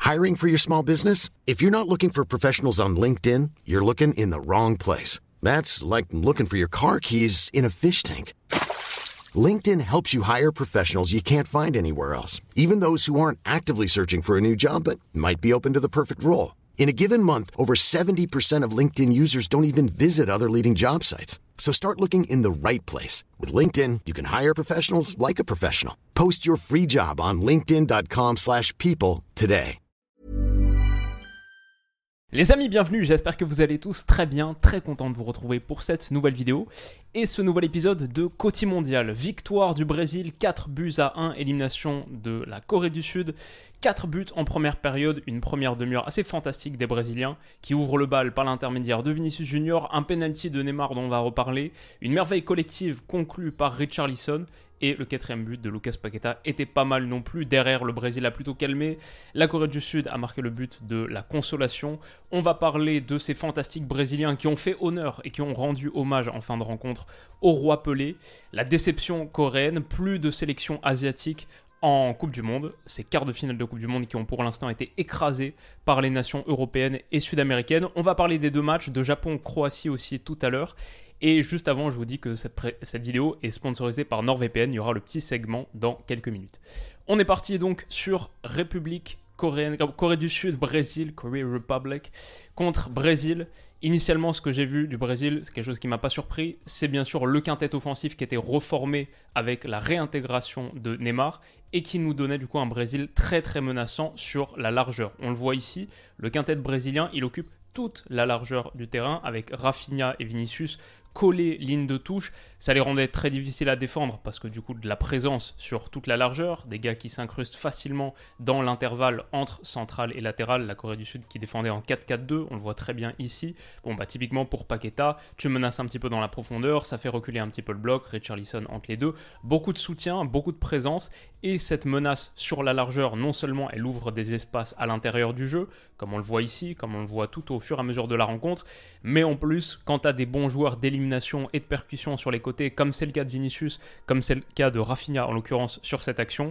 Hiring for your small business? If you're not looking for professionals on LinkedIn, you're looking in the wrong place. That's like looking for your car keys in a fish tank. LinkedIn helps you hire professionals you can't find anywhere else, even those who aren't actively searching for a new job but might be open to the perfect role. In a given month, over 70% of LinkedIn users don't even visit other leading job sites. So start looking in the right place. With LinkedIn, you can hire professionals like a professional. Post your free job on linkedin.com/people today. Les amis, bienvenue, j'espère que vous allez tous très bien, très content de vous retrouver pour cette nouvelle vidéo et ce nouvel épisode de Côté Mondial. Victoire du Brésil, 4-1, élimination de la Corée du Sud, 4 buts en première période, une première demi-heure assez fantastique des Brésiliens qui ouvrent le bal par l'intermédiaire de Vinicius Junior, un penalty de Neymar dont on va reparler, une merveille collective conclue par Richarlison. Et le 4e but de Lucas Paqueta était pas mal non plus. Derrière, le Brésil a plutôt calmé. La Corée du Sud a marqué le but de la consolation. On va parler de ces fantastiques Brésiliens qui ont fait honneur et qui ont rendu hommage en fin de rencontre au roi Pelé. La déception coréenne, plus de sélection asiatique en Coupe du Monde. Ces quarts de finale de Coupe du Monde qui ont pour l'instant été écrasés par les nations européennes et sud-américaines. On va parler des deux matchs, de Japon-Croatie aussi tout à l'heure. Et juste avant, je vous dis que cette vidéo est sponsorisée par NordVPN. Il y aura le petit segment dans quelques minutes. On est parti donc sur Corée du Sud, Brésil, Korea Republic, contre Brésil. Initialement, ce que j'ai vu du Brésil, c'est quelque chose qui ne m'a pas surpris. C'est bien sûr le quintet offensif qui était reformé avec la réintégration de Neymar et qui nous donnait du coup un Brésil très très menaçant sur la largeur. On le voit ici, le quintet brésilien, il occupe toute la largeur du terrain avec Rafinha et Vinicius collés ligne de touche. Ça les rendait très difficiles à défendre parce que du coup de la présence sur toute la largeur, des gars qui s'incrustent facilement dans l'intervalle entre central et latéral, la Corée du Sud qui défendait en 4-4-2, on le voit très bien ici. Bon bah typiquement pour Paqueta, tu menaces un petit peu dans la profondeur, ça fait reculer un petit peu le bloc, Richarlison entre les deux, beaucoup de soutien, beaucoup de présence et cette menace sur la largeur, non seulement elle ouvre des espaces à l'intérieur du jeu, comme on le voit ici, comme on le voit tout au fur et à mesure de la rencontre, mais en plus quand tu as des bons joueurs d'élimination et de percussion sur les côtés, comme c'est le cas de Vinicius, comme c'est le cas de Rafinha en l'occurrence sur cette action,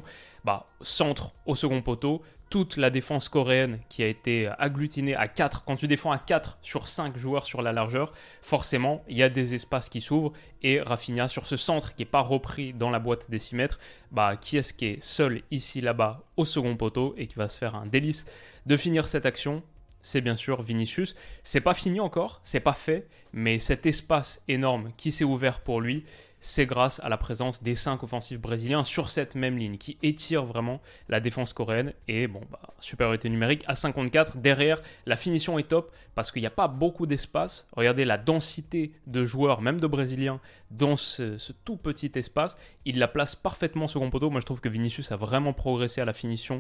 centre au second poteau, toute la défense coréenne qui a été agglutinée à 4, quand tu défends à 4 sur 5 joueurs sur la largeur, forcément il y a des espaces qui s'ouvrent et Rafinha sur ce centre qui n'est pas repris dans la boîte des 6 mètres, qui est-ce qui est seul ici là-bas au second poteau et qui va se faire un délice de finir cette action? C'est bien sûr Vinicius. C'est pas fini encore, c'est pas fait, mais cet espace énorme qui s'est ouvert pour lui, c'est grâce à la présence des 5 offensifs brésiliens sur cette même ligne qui étire vraiment la défense coréenne et supériorité numérique à 54. Derrière, la finition est top parce qu'il n'y a pas beaucoup d'espace. Regardez la densité de joueurs, même de Brésiliens, dans ce tout petit espace. Il la place parfaitement second poteau. Moi, je trouve que Vinicius a vraiment progressé à la finition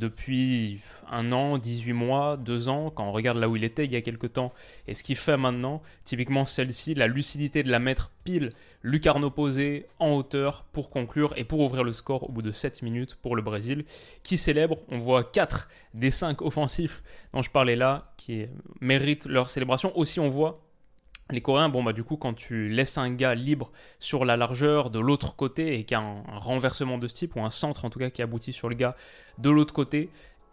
depuis 1 an, 18 mois, 2 ans. Quand on regarde là où il était il y a quelques temps et ce qu'il fait maintenant, typiquement celle-ci, la lucidité de la mettre pile lucarne opposée en hauteur pour conclure et pour ouvrir le score au bout de 7 minutes pour le Brésil qui célèbre. On voit 4 des 5 offensifs dont je parlais là qui méritent leur célébration. Aussi on voit les Coréens, du coup quand tu laisses un gars libre sur la largeur de l'autre côté et qu'il y a un renversement de ce type ou un centre en tout cas qui aboutit sur le gars de l'autre côté,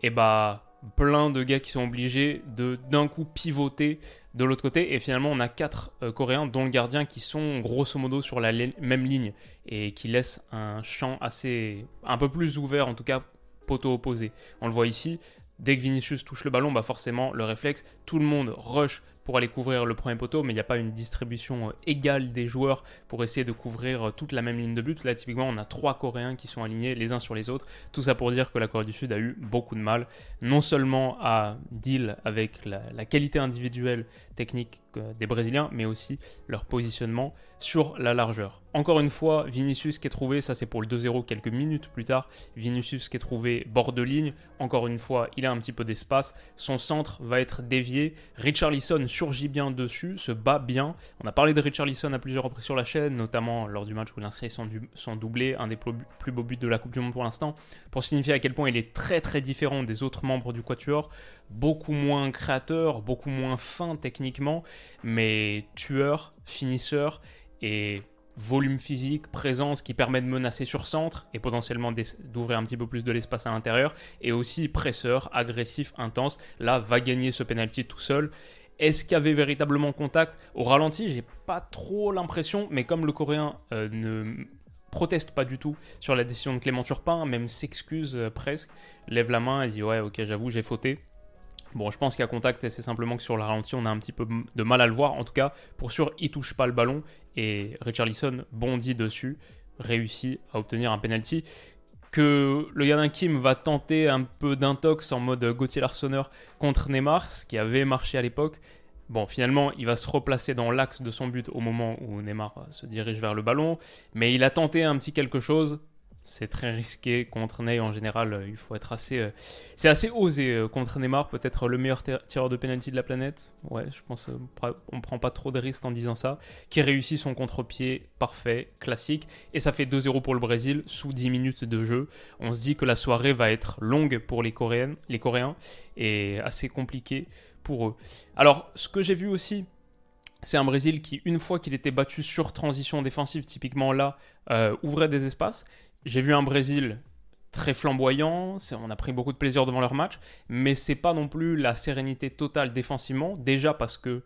plein de gars qui sont obligés de d'un coup pivoter de l'autre côté et finalement on a 4 Coréens dont le gardien qui sont grosso modo sur la même ligne et qui laissent un champ un peu plus ouvert, en tout cas poteau opposé. On le voit ici, dès que Vinicius touche le ballon, forcément le réflexe, tout le monde rush pour aller couvrir le premier poteau, mais il n'y a pas une distribution égale des joueurs pour essayer de couvrir toute la même ligne de but. Là, typiquement, on a 3 Coréens qui sont alignés les uns sur les autres. Tout ça pour dire que la Corée du Sud a eu beaucoup de mal, non seulement à deal avec la qualité individuelle technique des Brésiliens, mais aussi leur positionnement sur la largeur. Encore une fois, Vinicius qui est trouvé, ça c'est pour le 2-0 quelques minutes plus tard, Vinicius qui est trouvé bord de ligne, encore une fois, il a un petit peu d'espace, son centre va être dévié, Richarlison surgit bien dessus, se bat bien. On a parlé de Richarlison à plusieurs reprises sur la chaîne, notamment lors du match où il inscrit son doublé, un des plus beaux buts de la Coupe du Monde pour l'instant, pour signifier à quel point il est très très différent des autres membres du Quatuor, beaucoup moins créateur, beaucoup moins fin techniquement, mais tueur, finisseur et volume physique, présence qui permet de menacer sur centre et potentiellement d'ouvrir un petit peu plus de l'espace à l'intérieur, et aussi presseur, agressif, intense, là va gagner ce penalty tout seul. Est-ce qu'il y avait véritablement contact? Au ralenti, j'ai pas trop l'impression, mais comme le Coréen ne proteste pas du tout sur la décision de Clément Turpin, même s'excuse presque, lève la main et dit ouais ok j'avoue j'ai fauté. Bon, je pense qu'il y a contact et c'est simplement que sur le ralenti, on a un petit peu de mal à le voir. En tout cas, pour sûr, il touche pas le ballon et Richarlison bondit dessus, réussit à obtenir un penalty que le Yan Kim va tenter un peu d'intox en mode Gauthier Larsonneur contre Neymar, ce qui avait marché à l'époque. Bon, finalement, il va se replacer dans l'axe de son but au moment où Neymar se dirige vers le ballon, mais il a tenté un petit quelque chose. C'est très risqué contre Ney en général, il faut être assez... c'est assez osé contre Neymar, peut-être le meilleur tireur de penalty de la planète. Ouais, je pense on prend pas trop de risques en disant ça. Qui réussit son contre-pied parfait, classique. Et ça fait 2-0 pour le Brésil, sous 10 minutes de jeu. On se dit que la soirée va être longue pour les Coréens et assez compliquée pour eux. Alors, ce que j'ai vu aussi... C'est un Brésil qui, une fois qu'il était battu sur transition défensive, typiquement là, ouvrait des espaces. J'ai vu un Brésil très flamboyant, on a pris beaucoup de plaisir devant leur match, mais c'est pas non plus la sérénité totale défensivement, déjà parce que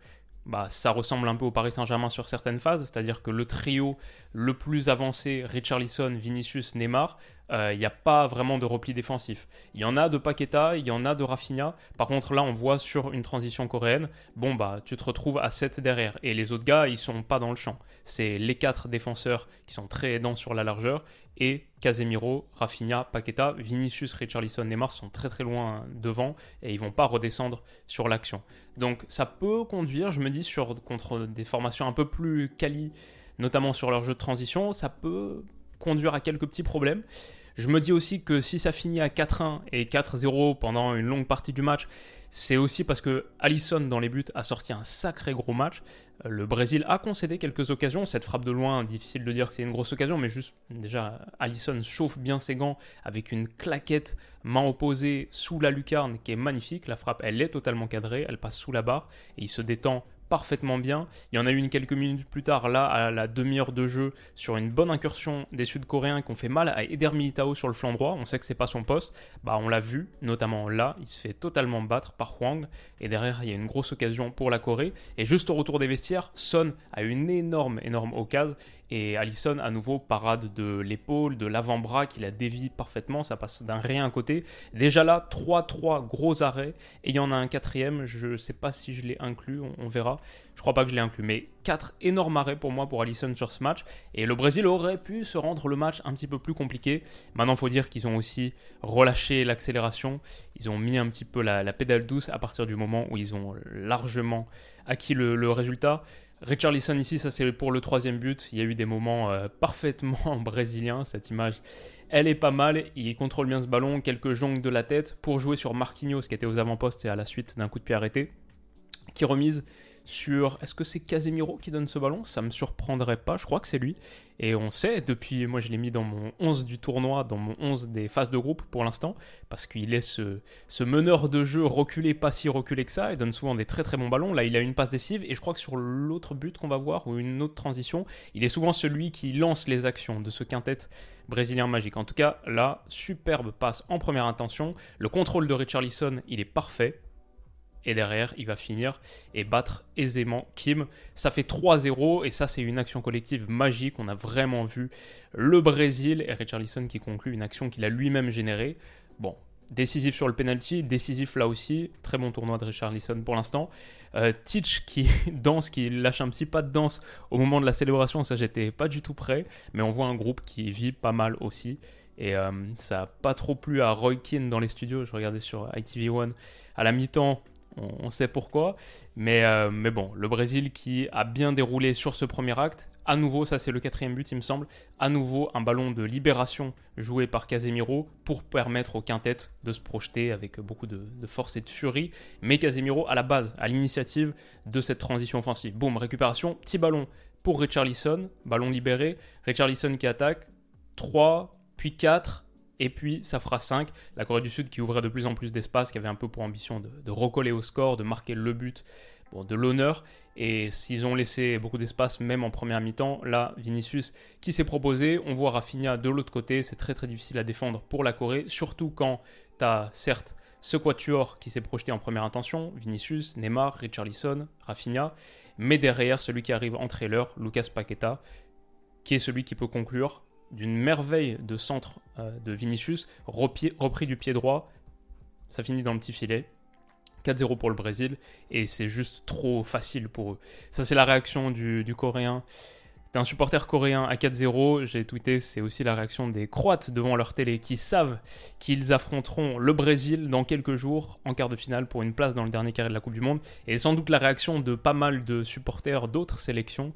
ça ressemble un peu au Paris Saint-Germain sur certaines phases, c'est-à-dire que le trio le plus avancé, Richarlison, Vinicius, Neymar, il n'y a pas vraiment de repli défensif. Il y en a de Paqueta, il y en a de Rafinha. Par contre, là, on voit sur une transition coréenne, tu te retrouves à 7 derrière. Et les autres gars, ils sont pas dans le champ. C'est les 4 défenseurs qui sont très aidants sur la largeur. Et Casemiro, Rafinha, Paqueta, Vinicius, Richarlison, Neymar sont très très loin devant et ils vont pas redescendre sur l'action. Donc ça peut conduire, je me dis, contre des formations un peu plus quali, notamment sur leur jeu de transition, ça peut conduire à quelques petits problèmes. Je me dis aussi que si ça finit à 4-1 et 4-0 pendant une longue partie du match, c'est aussi parce que Alisson dans les buts a sorti un sacré gros match. Le Brésil a concédé quelques occasions. Cette frappe de loin, difficile de dire que c'est une grosse occasion, mais juste déjà Alisson chauffe bien ses gants avec une claquette main opposée sous la lucarne qui est magnifique. La frappe, elle est totalement cadrée, elle passe sous la barre et il se détend parfaitement bien. Il y en a une quelques minutes plus tard, là, à la demi-heure de jeu, sur une bonne incursion des Sud-Coréens qui ont fait mal à Eder Militao sur le flanc droit. On sait que c'est pas son poste. On l'a vu, notamment là, il se fait totalement battre par Hwang. Et derrière, il y a une grosse occasion pour la Corée. Et juste au retour des vestiaires, Son a une énorme occasion. Et Alisson, à nouveau, parade de l'épaule, de l'avant-bras qu'il a dévié parfaitement. Ça passe d'un rien à côté. Déjà là, 3-3 gros arrêts. Et il y en a un quatrième. Je ne sais pas si je l'ai inclus. On verra. Je crois pas que je l'ai inclus. Mais 4 énormes arrêts pour moi, pour Alisson sur ce match. Et le Brésil aurait pu se rendre le match un petit peu plus compliqué. Maintenant, il faut dire qu'ils ont aussi relâché l'accélération. Ils ont mis un petit peu la pédale douce à partir du moment où ils ont largement acquis le résultat. Richarlison ici, ça c'est pour le troisième but. Il y a eu des moments parfaitement brésiliens. Cette image, elle est pas mal. Il contrôle bien ce ballon, quelques jongles de la tête pour jouer sur Marquinhos qui était aux avant-postes et à la suite d'un coup de pied arrêté. Qui remise sur... Est-ce que c'est Casemiro qui donne ce ballon? Ça me surprendrait pas, je crois que c'est lui. Et on sait, depuis, moi je l'ai mis dans mon 11 du tournoi, dans mon 11 des phases de groupe pour l'instant, parce qu'il est ce meneur de jeu reculé, pas si reculé que ça, il donne souvent des très très bons ballons. Là, il a une passe décisive, et je crois que sur l'autre but qu'on va voir, ou une autre transition, il est souvent celui qui lance les actions de ce quintet brésilien magique. En tout cas, là, superbe passe en première intention. Le contrôle de Richarlison, il est parfait. Et derrière, il va finir et battre aisément Kim. Ça fait 3-0 et ça, c'est une action collective magique. On a vraiment vu le Brésil et Richarlison qui conclut une action qu'il a lui-même générée. Bon, décisif sur le penalty, décisif là aussi. Très bon tournoi de Richarlison pour l'instant. Titch qui danse, qui lâche un petit pas de danse au moment de la célébration. Ça, j'étais pas du tout prêt. Mais on voit un groupe qui vit pas mal aussi. Et ça n'a pas trop plu à Roy Keane dans les studios. Je regardais sur ITV1 à la mi-temps. On sait pourquoi, mais bon, le Brésil qui a bien déroulé sur ce premier acte. À nouveau, ça c'est le quatrième but, il me semble. À nouveau, un ballon de libération joué par Casemiro pour permettre au quintet de se projeter avec beaucoup de force et de furie. Mais Casemiro à la base, à l'initiative de cette transition offensive. Boum, récupération, petit ballon pour Richarlison, ballon libéré. Richarlison qui attaque, 3, puis 4. Et puis, ça fera 5. La Corée du Sud qui ouvrait de plus en plus d'espace, qui avait un peu pour ambition de recoller au score, de marquer le but de l'honneur. Et s'ils ont laissé beaucoup d'espace, même en première mi-temps, là, Vinicius qui s'est proposé, on voit Rafinha de l'autre côté, c'est très très difficile à défendre pour la Corée, surtout quand tu as certes ce quatuor qui s'est projeté en première intention, Vinicius, Neymar, Richarlison, Rafinha, mais derrière celui qui arrive en trailer, Lucas Paqueta, qui est celui qui peut conclure d'une merveille de centre de Vinicius, repris du pied droit, ça finit dans le petit filet. 4-0 pour le Brésil, et c'est juste trop facile pour eux. Ça, c'est la réaction du Coréen. D'un supporter coréen à 4-0, j'ai tweeté, c'est aussi la réaction des Croates devant leur télé, qui savent qu'ils affronteront le Brésil dans quelques jours en quart de finale pour une place dans le dernier carré de la Coupe du Monde, et sans doute la réaction de pas mal de supporters d'autres sélections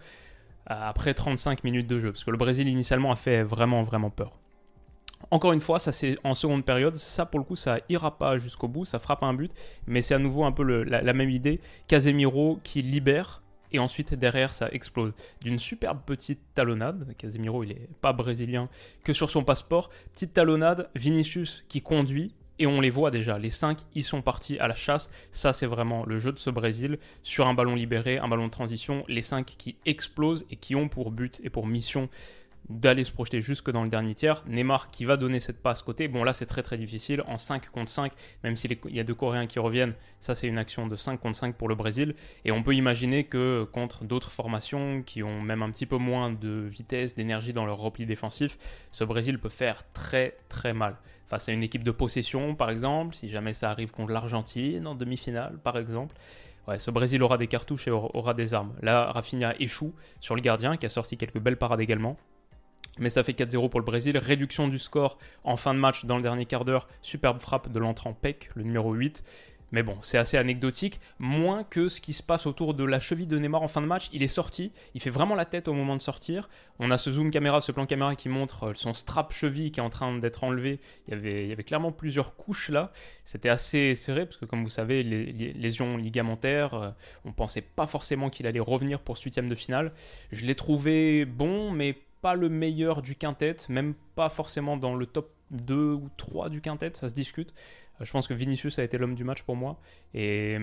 après 35 minutes de jeu, parce que le Brésil initialement a fait vraiment vraiment peur. Encore une fois, ça c'est en seconde période, ça pour le coup ça ira pas jusqu'au bout, ça fera pas un but, mais c'est à nouveau un peu la même idée, Casemiro qui libère et ensuite derrière ça explose. D'une superbe petite talonnade, Casemiro il est pas brésilien que sur son passeport, petite talonnade, Vinicius qui conduit et on les voit déjà, les 5 ils sont partis à la chasse, ça c'est vraiment le jeu de ce Brésil, sur un ballon libéré, un ballon de transition, les 5 qui explosent et qui ont pour but et pour mission d'aller se projeter jusque dans le dernier tiers. Neymar qui va donner cette passe côté, bon là c'est très très difficile, en 5 contre 5, même s'il y a deux Coréens qui reviennent, ça c'est une action de 5 contre 5 pour le Brésil, et on peut imaginer que contre d'autres formations qui ont même un petit peu moins de vitesse, d'énergie dans leur repli défensif, ce Brésil peut faire très très mal. Face à une équipe de possession par exemple, si jamais ça arrive contre l'Argentine en demi-finale par exemple, ouais, ce Brésil aura des cartouches et aura des armes. Là, Rafinha échoue sur le gardien qui a sorti quelques belles parades également. Mais ça fait 4-0 pour le Brésil. Réduction du score en fin de match dans le dernier quart d'heure. Superbe frappe de l'entrant Peck, le numéro 8. Mais bon, c'est assez anecdotique. Moins que ce qui se passe autour de la cheville de Neymar en fin de match. Il est sorti. Il fait vraiment la tête au moment de sortir. On a ce zoom caméra, ce plan caméra qui montre son strap cheville qui est en train d'être enlevé. Il y avait clairement plusieurs couches là. C'était assez serré parce que comme vous savez, les lésions ligamentaires, on ne pensait pas forcément qu'il allait revenir pour ce 8e de finale. Je l'ai trouvé bon, mais pas le meilleur du quintet, même pas forcément dans le top 2 ou 3 du quintet, ça se discute. Je pense que Vinicius a été l'homme du match pour moi. Et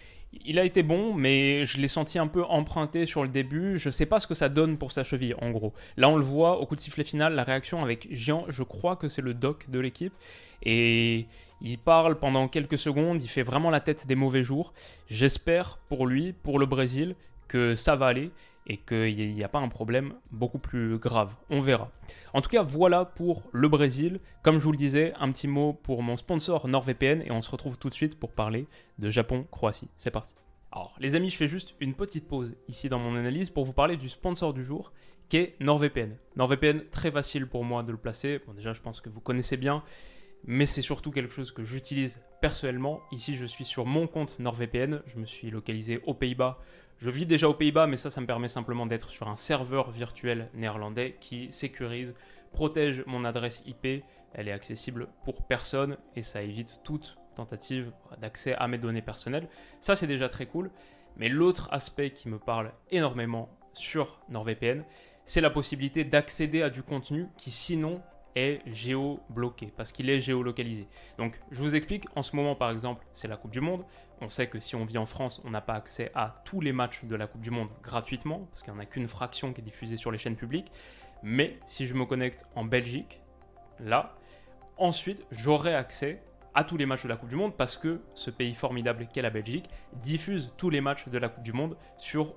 il a été bon, mais je l'ai senti un peu emprunté sur le début. Je sais pas ce que ça donne pour sa cheville, en gros. Là, on le voit au coup de sifflet final, la réaction avec Jean, je crois que c'est le doc de l'équipe. Et il parle pendant quelques secondes, il fait vraiment la tête des mauvais jours. J'espère pour lui, pour le Brésil, que ça va aller et qu'il n'y a pas un problème beaucoup plus grave. On verra. En tout cas, voilà pour le Brésil. Comme je vous le disais, un petit mot pour mon sponsor NordVPN et on se retrouve tout de suite pour parler de Japon-Croatie. C'est parti. Alors, les amis, je fais juste une petite pause ici dans mon analyse pour vous parler du sponsor du jour qui est NordVPN. NordVPN, très facile pour moi de le placer. Bon, déjà, je pense que vous connaissez bien, mais c'est surtout quelque chose que j'utilise personnellement. Ici, je suis sur mon compte NordVPN. Je me suis localisé aux Pays-Bas. Je vis déjà aux Pays-Bas, mais ça me permet simplement d'être sur un serveur virtuel néerlandais qui sécurise, protège mon adresse IP. Elle est accessible pour personne et ça évite toute tentative d'accès à mes données personnelles. Ça, c'est déjà très cool. Mais l'autre aspect qui me parle énormément sur NordVPN, c'est la possibilité d'accéder à du contenu qui sinon est géobloqué parce qu'il est géolocalisé. Donc je vous explique, en ce moment par exemple c'est la Coupe du Monde, on sait que si on vit en France on n'a pas accès à tous les matchs de la Coupe du Monde gratuitement parce qu'il n'y en a qu'une fraction qui est diffusée sur les chaînes publiques, mais si je me connecte en Belgique, là, ensuite j'aurai accès à tous les matchs de la Coupe du Monde parce que ce pays formidable qu'est la Belgique diffuse tous les matchs de la Coupe du Monde sur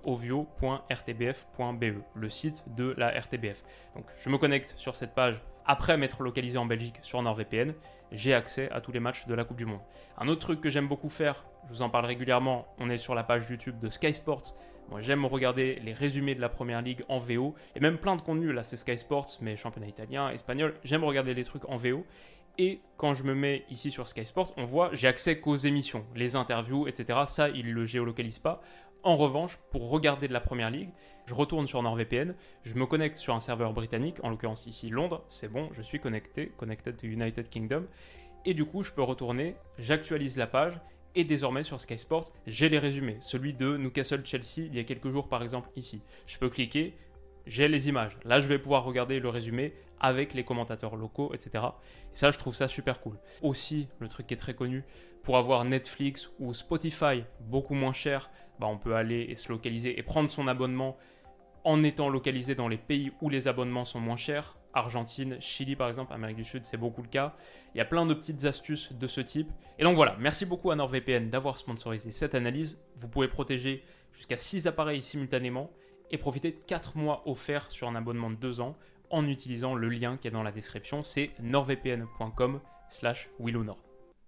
ovio.rtbf.be, le site de la RTBF. Donc je me connecte sur cette page après m'être localisé en Belgique sur NordVPN, j'ai accès à tous les matchs de la Coupe du Monde. Un autre truc que j'aime beaucoup faire, je vous en parle régulièrement, on est sur la page YouTube de Sky Sports. Moi, j'aime regarder les résumés de la Première Ligue en VO et même plein de contenu. Là, c'est Sky Sports, mais championnat italien, espagnol. J'aime regarder les trucs en VO. Et quand je me mets ici sur Sky Sports, on voit, j'ai accès qu'aux émissions, les interviews, etc. Ça, il ne le géolocalise pas. En revanche, pour regarder de la Première Ligue, je retourne sur NordVPN, je me connecte sur un serveur britannique, en l'occurrence ici Londres, c'est bon, je suis connected to United Kingdom. Et du coup, je peux retourner, j'actualise la page. Et désormais sur Sky Sports, j'ai les résumés. Celui de Newcastle-Chelsea il y a quelques jours par exemple ici. Je peux cliquer, j'ai les images. Là, je vais pouvoir regarder le résumé avec les commentateurs locaux, etc. Et ça, je trouve ça super cool. Aussi, le truc qui est très connu pour avoir Netflix ou Spotify beaucoup moins cher, on peut aller et se localiser et prendre son abonnement en étant localisé dans les pays où les abonnements sont moins chers. Argentine, Chili par exemple, Amérique du Sud, c'est beaucoup le cas. Il y a plein de petites astuces de ce type. Et donc voilà, merci beaucoup à NordVPN d'avoir sponsorisé cette analyse. Vous pouvez protéger jusqu'à 6 appareils simultanément et profiter de 4 mois offerts sur un abonnement de 2 ans en utilisant le lien qui est dans la description. C'est nordvpn.com/willonord.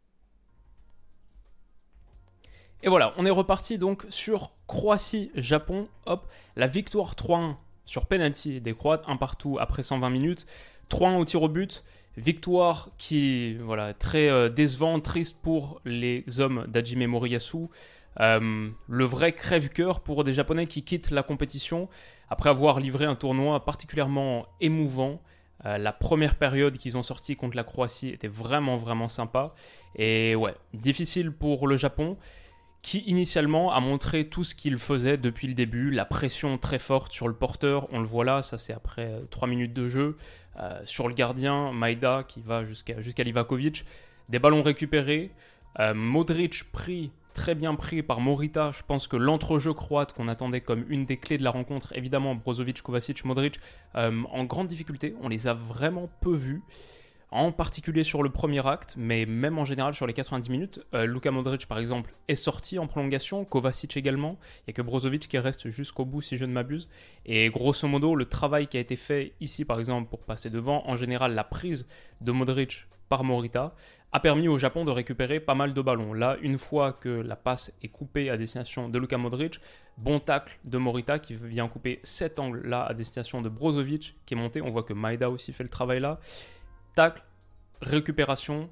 Et voilà, on est reparti donc sur Croatie-Japon. Hop, la victoire 3-1 sur penalty des Croates, un partout après 120 minutes, 3-1 au tir au but. Victoire qui, très décevante, triste pour les hommes d'Hajime Moriyasu. Le vrai crève-cœur pour des Japonais qui quittent la compétition après avoir livré un tournoi particulièrement émouvant. La première période qu'ils ont sortie contre la Croatie était vraiment, vraiment sympa. Et ouais, difficile pour le Japon, qui initialement a montré tout ce qu'il faisait depuis le début, la pression très forte sur le porteur, on le voit là, ça c'est après 3 minutes de jeu, sur le gardien, Maeda qui va jusqu'à Livakovic, des ballons récupérés, Modric très bien pris par Morita. Je pense que l'entrejeu croate qu'on attendait comme une des clés de la rencontre, évidemment Brozovic, Kovacic, Modric, en grande difficulté, on les a vraiment peu vus. En particulier sur le premier acte, mais même en général sur les 90 minutes. Luka Modric, par exemple, est sorti en prolongation, Kovacic également. Il n'y a que Brozovic qui reste jusqu'au bout, si je ne m'abuse. Et grosso modo, le travail qui a été fait ici, par exemple, pour passer devant, en général, la prise de Modric par Morita, a permis au Japon de récupérer pas mal de ballons. Là, une fois que la passe est coupée à destination de Luka Modric, bon tacle de Morita qui vient couper cet angle-là à destination de Brozovic qui est monté. On voit que Maeda aussi fait le travail là. Tacle, récupération,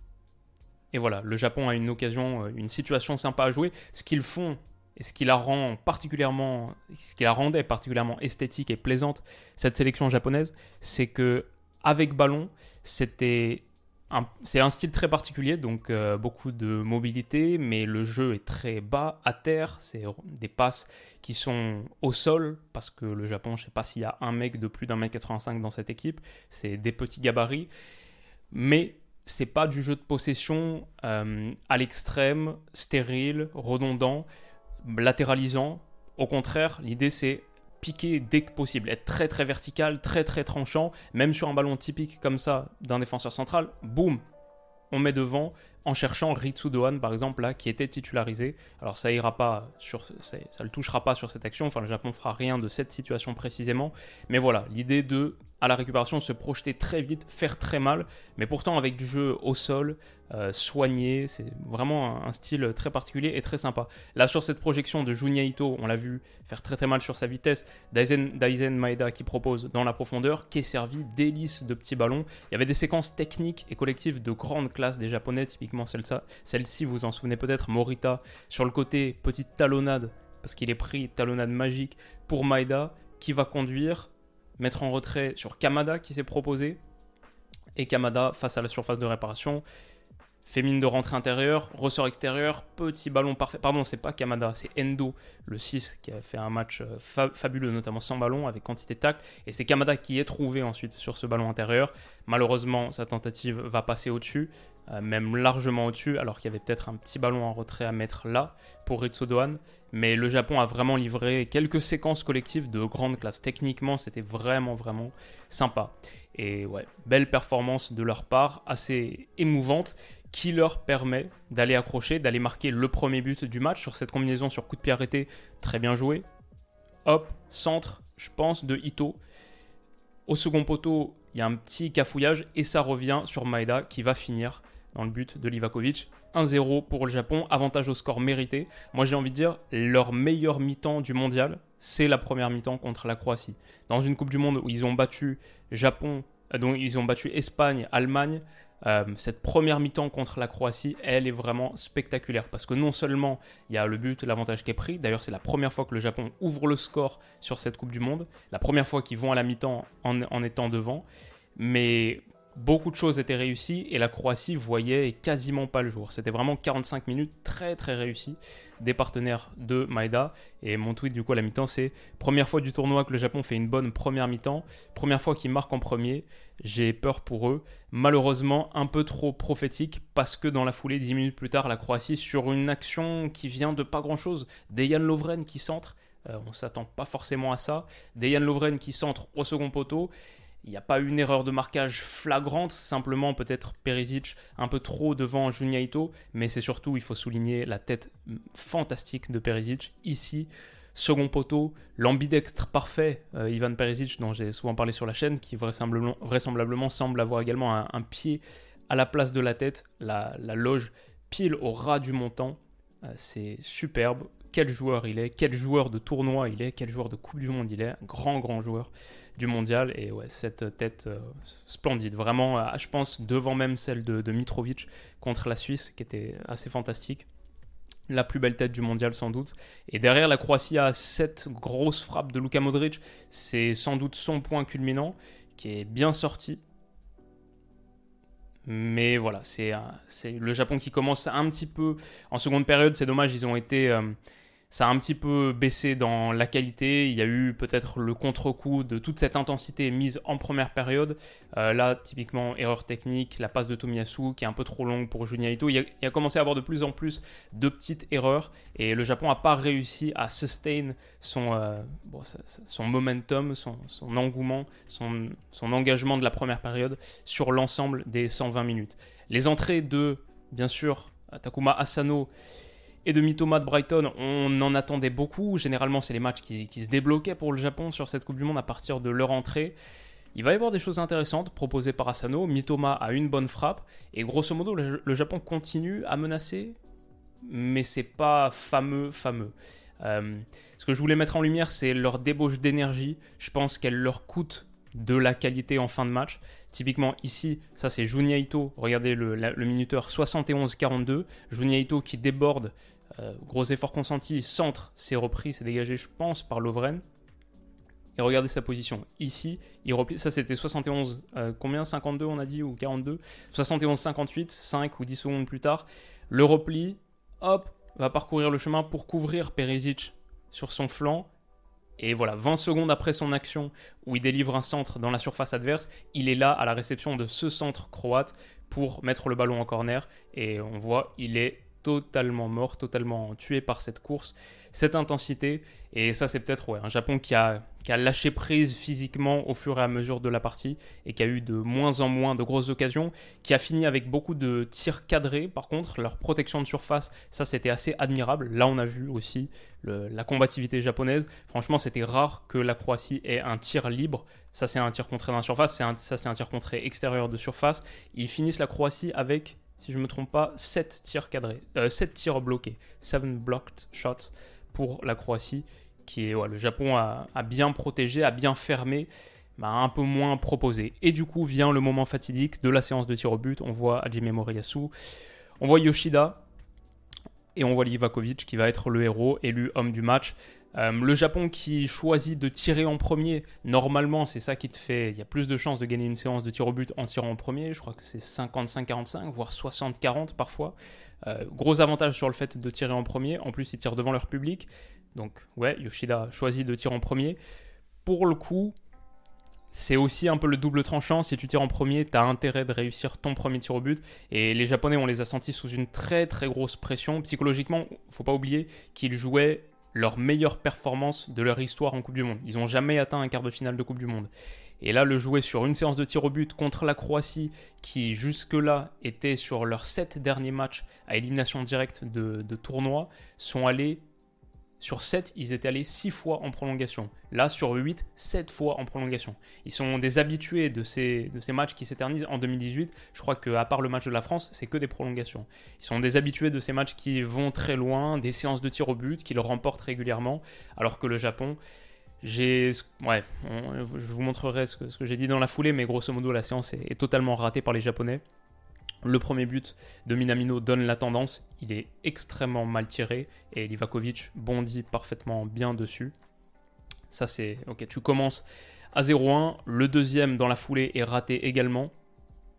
et voilà, le Japon a une occasion, une situation sympa à jouer. Ce qu'ils font et ce qui la rendait particulièrement esthétique et plaisante, cette sélection japonaise, c'est que avec ballon, c'est un style très particulier, donc beaucoup de mobilité, mais le jeu est très bas à terre. C'est des passes qui sont au sol, parce que le Japon, je ne sais pas s'il y a un mec de plus d'1m85 dans cette équipe, c'est des petits gabarits, mais c'est pas du jeu de possession à l'extrême, stérile, redondant, latéralisant. Au contraire, l'idée c'est piquer dès que possible, être très très vertical, très très tranchant, même sur un ballon typique comme ça d'un défenseur central, boum, on met devant en cherchant Ritsu Dohan par exemple là qui était titularisé. Alors ça le touchera pas sur cette action, enfin le Japon fera rien de cette situation précisément, mais voilà, l'idée de à la récupération se projeter très vite, faire très mal, mais pourtant avec du jeu au sol, soigné, c'est vraiment un style très particulier et très sympa. Là sur cette projection de Junya Ito, on l'a vu faire très très mal sur sa vitesse, Daizen Maeda qui propose dans la profondeur, qui est servi d'hélice de petits ballons. Il y avait des séquences techniques et collectives de grande classe des Japonais, typiquement celle-ci vous en souvenez peut-être, Morita sur le côté, petite talonnade, parce qu'il est pris, talonnade magique pour Maeda, qui va conduire, mettre en retrait sur Kamada qui s'est proposé, et Kamada face à la surface de réparation fait mine de rentrer intérieur, ressort extérieur, petit ballon parfait. Pardon, c'est pas Kamada, c'est Endo, le 6, qui a fait un match fabuleux, notamment sans ballon, avec quantité de tacles. Et c'est Kamada qui est trouvé ensuite sur ce ballon intérieur. Malheureusement, sa tentative va passer au-dessus, même largement au-dessus, alors qu'il y avait peut-être un petit ballon en retrait à mettre là pour Ritsu Dohan. Mais le Japon a vraiment livré quelques séquences collectives de grande classe. Techniquement, c'était vraiment, vraiment sympa. Et ouais, belle performance de leur part, assez émouvante, qui leur permet d'aller accrocher, d'aller marquer le premier but du match sur cette combinaison sur coup de pied arrêté, très bien joué. Hop, centre, je pense, de Ito. Au second poteau, il y a un petit cafouillage et ça revient sur Maeda qui va finir dans le but de Livakovic. 1-0 pour le Japon, avantage au score mérité. Moi j'ai envie de dire, leur meilleur mi-temps du mondial, c'est la première mi-temps contre la Croatie. Dans une Coupe du Monde où ils ont battu Espagne, Allemagne, cette première mi-temps contre la Croatie, elle est vraiment spectaculaire parce que non seulement il y a le but, l'avantage qui est pris, d'ailleurs c'est la première fois que le Japon ouvre le score sur cette Coupe du Monde, la première fois qu'ils vont à la mi-temps en étant devant, mais Beaucoup de choses étaient réussies et la Croatie voyait quasiment pas le jour. C'était vraiment 45 minutes très très réussies des partenaires de Maeda. Et mon tweet du coup à la mi-temps, c'est première fois du tournoi que le Japon fait une bonne première mi-temps, première fois qu'ils marquent en premier. J'ai peur pour eux. Malheureusement, un peu trop prophétique parce que dans la foulée, 10 minutes plus tard, la Croatie sur une action qui vient de pas grand-chose, Dejan Lovren qui centre. On ne s'attend pas forcément à ça. Dejan Lovren qui centre au second poteau. Il n'y a pas une erreur de marquage flagrante, simplement peut-être Perisic un peu trop devant Junya Ito, mais c'est surtout, il faut souligner la tête fantastique de Perisic. Ici, second poteau, l'ambidextre parfait, Ivan Perisic, dont j'ai souvent parlé sur la chaîne, qui vraisemblablement semble avoir également un pied à la place de la tête, la loge pile au ras du montant. C'est superbe. Quel joueur il est, quel joueur de tournoi il est, quel joueur de Coupe du Monde il est, un grand joueur du mondial. Et ouais, cette tête splendide, vraiment, je pense, devant même celle de Mitrovic contre la Suisse, qui était assez fantastique. La plus belle tête du mondial sans doute. Et derrière, la Croatie a cette grosse frappe de Luka Modric. C'est sans doute son point culminant, qui est bien sorti. Mais voilà, c'est le Japon qui commence un petit peu en seconde période. C'est dommage, ils ont été... ça a un petit peu baissé dans la qualité. Il y a eu peut-être le contre-coup de toute cette intensité mise en première période. Là, typiquement, erreur technique, la passe de Tomiyasu qui est un peu trop longue pour Junya Ito. Il y a commencé à avoir de plus en plus de petites erreurs. Et le Japon n'a pas réussi à sustain son momentum, son engouement, son engagement de la première période sur l'ensemble des 120 minutes. Les entrées de, bien sûr, Takuma Asano et de Mitoma de Brighton, on en attendait beaucoup. Généralement, c'est les matchs qui se débloquaient pour le Japon sur cette Coupe du Monde à partir de leur entrée. Il va y avoir des choses intéressantes proposées par Asano. Mitoma a une bonne frappe. Et grosso modo, le Japon continue à menacer, mais c'est pas fameux. Ce que je voulais mettre en lumière, c'est leur débauche d'énergie. Je pense qu'elle leur coûte de la qualité en fin de match. Typiquement ici, ça c'est Junya Ito, regardez le minuteur 71-42, Junya Ito qui déborde, gros effort consenti, centre, c'est repris, c'est dégagé je pense par Lovren. Et regardez sa position, ici, il replie, ça c'était 71, 52 on a dit, ou 42, 71-58, 5 ou 10 secondes plus tard, le repli, hop, va parcourir le chemin pour couvrir Perisic sur son flanc. Et voilà, 20 secondes après son action où il délivre un centre dans la surface adverse, il est là à la réception de ce centre croate pour mettre le ballon en corner. Et on voit, il est totalement mort, totalement tué par cette course, cette intensité. Et ça, c'est peut-être un Japon qui a lâché prise physiquement au fur et à mesure de la partie et qui a eu de moins en moins de grosses occasions, qui a fini avec beaucoup de tirs cadrés. Par contre, leur protection de surface, ça, c'était assez admirable. Là, on a vu aussi la combativité japonaise. Franchement, c'était rare que la Croatie ait un tir libre. Ça, c'est un tir contré dans la surface. Ça, c'est un tir contré extérieur de surface. Ils finissent la Croatie avec, si je ne me trompe pas, 7 tirs cadrés, 7 tirs bloqués, 7 blocked shots pour la Croatie, qui est, le Japon a bien protégé, a bien fermé, un peu moins proposé. Et du coup vient le moment fatidique de la séance de tir au but. On voit Hajime Moriyasu, on voit Yoshida et on voit Livakovic qui va être le héros, élu homme du match. Le Japon qui choisit de tirer en premier, normalement c'est ça qui te fait, il y a plus de chances de gagner une séance de tir au but en tirant en premier, je crois que c'est 55-45, voire 60-40 parfois. Gros avantage sur le fait de tirer en premier, en plus ils tirent devant leur public, donc ouais, Yoshida choisit de tirer en premier. Pour le coup, c'est aussi un peu le double tranchant, si tu tires en premier, tu as intérêt de réussir ton premier tir au but, et les Japonais on les a sentis sous une très très grosse pression, psychologiquement, faut pas oublier qu'ils jouaient leur meilleure performance de leur histoire en Coupe du Monde. Ils n'ont jamais atteint un quart de finale de Coupe du Monde. Et là, le jouer sur une séance de tir au but contre la Croatie, qui jusque-là était sur leurs 7 derniers matchs à élimination directe de tournoi, sont allés, sur 7, ils étaient allés 6 fois en prolongation. Là, sur 8, 7 fois en prolongation. Ils sont des habitués de ces matchs qui s'éternisent en 2018. Je crois qu'à part le match de la France, c'est que des prolongations. Ils sont des habitués de ces matchs qui vont très loin, des séances de tir au but, qu'ils remportent régulièrement, alors que le Japon... je vous montrerai ce que j'ai dit dans la foulée, mais grosso modo, la séance est totalement ratée par les Japonais. Le premier but de Minamino donne la tendance, il est extrêmement mal tiré et Livakovic bondit parfaitement bien dessus. Ça c'est ok, tu commences à 0-1, le deuxième dans la foulée est raté également.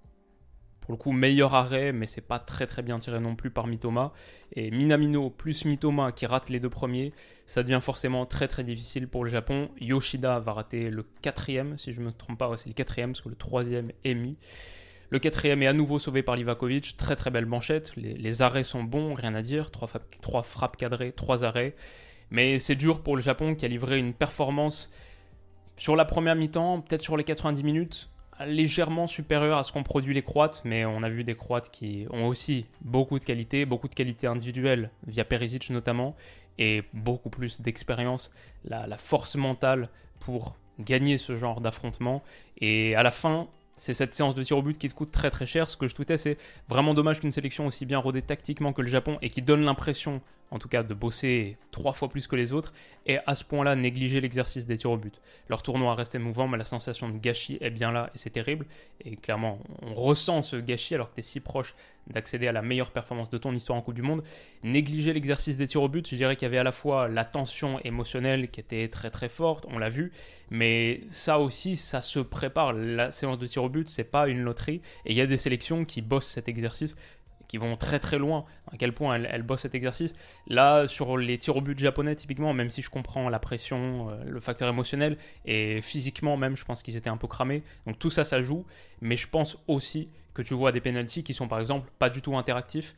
Pour le coup, meilleur arrêt, mais c'est pas très très bien tiré non plus par Mitoma. Et Minamino plus Mitoma qui rate les deux premiers, ça devient forcément très très difficile pour le Japon. Yoshida va rater le 4e, si je ne me trompe pas, ouais, c'est le 4e, parce que le 3e est mis. Le 4e est à nouveau sauvé par Livakovic, très très belle manchette, les arrêts sont bons, rien à dire, 3 frappes cadrées, 3 arrêts. Mais c'est dur pour le Japon qui a livré une performance sur la première mi-temps, peut-être sur les 90 minutes, légèrement supérieure à ce qu'ont produit les Croates, mais on a vu des Croates qui ont aussi beaucoup de qualité individuelle, via Perisic notamment, et beaucoup plus d'expérience, la force mentale pour gagner ce genre d'affrontement. Et à la fin, c'est cette séance de tir au but qui te coûte très très cher. Ce que je tweetais, c'est vraiment dommage qu'une sélection aussi bien rodée tactiquement que le Japon, et qui donne l'impression, en tout cas, de bosser 3 fois plus que les autres, et à ce point-là négliger l'exercice des tirs au but. Leur tournoi reste émouvant, mais la sensation de gâchis est bien là, et c'est terrible. Et clairement, on ressent ce gâchis alors que tu es si proche d'accéder à la meilleure performance de ton histoire en Coupe du Monde. Négliger l'exercice des tirs au but, je dirais qu'il y avait à la fois la tension émotionnelle qui était très très forte, on l'a vu, mais ça aussi, ça se prépare. La séance de tir au but, c'est pas une loterie, et il y a des sélections qui bossent cet exercice, qui vont très très loin, à quel point elles bossent cet exercice. Là, sur les tirs au but japonais, typiquement, même si je comprends la pression, le facteur émotionnel, et physiquement même, je pense qu'ils étaient un peu cramés. Donc tout ça, ça joue, mais je pense aussi que tu vois des pénaltys qui sont par exemple pas du tout interactifs.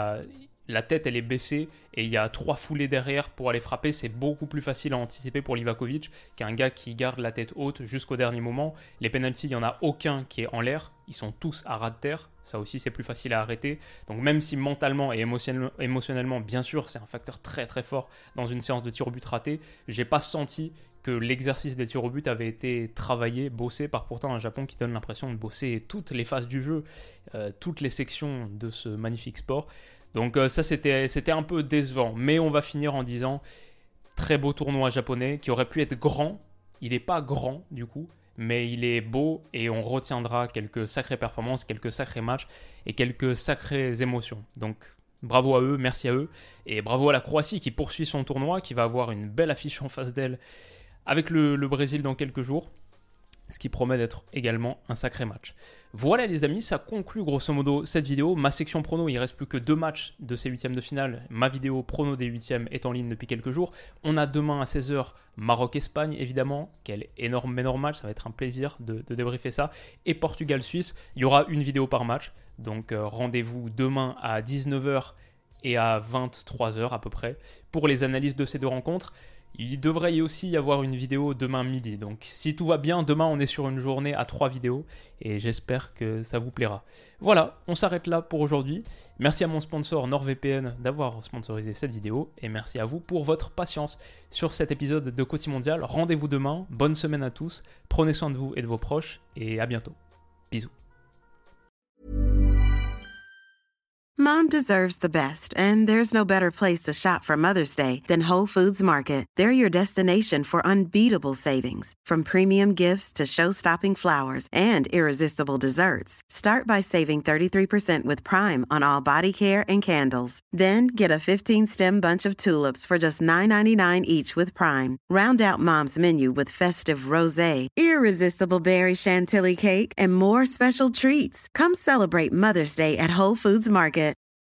La tête, elle est baissée et il y a 3 foulées derrière pour aller frapper. C'est beaucoup plus facile à anticiper pour Livakovic qu'un gars qui garde la tête haute jusqu'au dernier moment. Les pénaltys, il n'y en a aucun qui est en l'air. Ils sont tous à ras de terre. Ça aussi, c'est plus facile à arrêter. Donc même si mentalement et émotionnellement, bien sûr, c'est un facteur très très fort dans une séance de tir au but raté, j'ai pas senti que l'exercice des tirs au but avait été travaillé, bossé par pourtant un Japon qui donne l'impression de bosser toutes les phases du jeu, toutes les sections de ce magnifique sport. Donc ça, c'était un peu décevant. Mais on va finir en disant, très beau tournoi japonais qui aurait pu être grand. Il n'est pas grand du coup, mais il est beau et on retiendra quelques sacrées performances, quelques sacrés matchs et quelques sacrées émotions. Donc bravo à eux, merci à eux. Et bravo à la Croatie qui poursuit son tournoi, qui va avoir une belle affiche en face d'elle avec le Brésil dans quelques jours, ce qui promet d'être également un sacré match. Voilà les amis, ça conclut grosso modo cette vidéo. Ma section prono, il ne reste plus que 2 matchs de ces huitièmes de finale. Ma vidéo prono des huitièmes est en ligne depuis quelques jours. On a demain à 16h Maroc-Espagne évidemment. Quel énorme match, ça va être un plaisir de débriefer ça. Et Portugal-Suisse, il y aura une vidéo par match. Donc rendez-vous demain à 19h et à 23h à peu près pour les analyses de ces 2 rencontres. Il devrait y aussi y avoir une vidéo demain midi. Donc si tout va bien, demain on est sur une journée à 3 vidéos et j'espère que ça vous plaira. Voilà, on s'arrête là pour aujourd'hui. Merci à mon sponsor NordVPN d'avoir sponsorisé cette vidéo et merci à vous pour votre patience sur cet épisode de Côté Mondial. Rendez-vous demain, bonne semaine à tous, prenez soin de vous et de vos proches et à bientôt. Bisous. Mom deserves the best, and there's no better place to shop for Mother's Day than Whole Foods Market. They're your destination for unbeatable savings, from premium gifts to show-stopping flowers and irresistible desserts. Start by saving 33% with Prime on all body care and candles. Then get a 15-stem bunch of tulips for just $9.99 each with Prime. Round out Mom's menu with festive rosé, irresistible berry chantilly cake, and more special treats. Come celebrate Mother's Day at Whole Foods Market.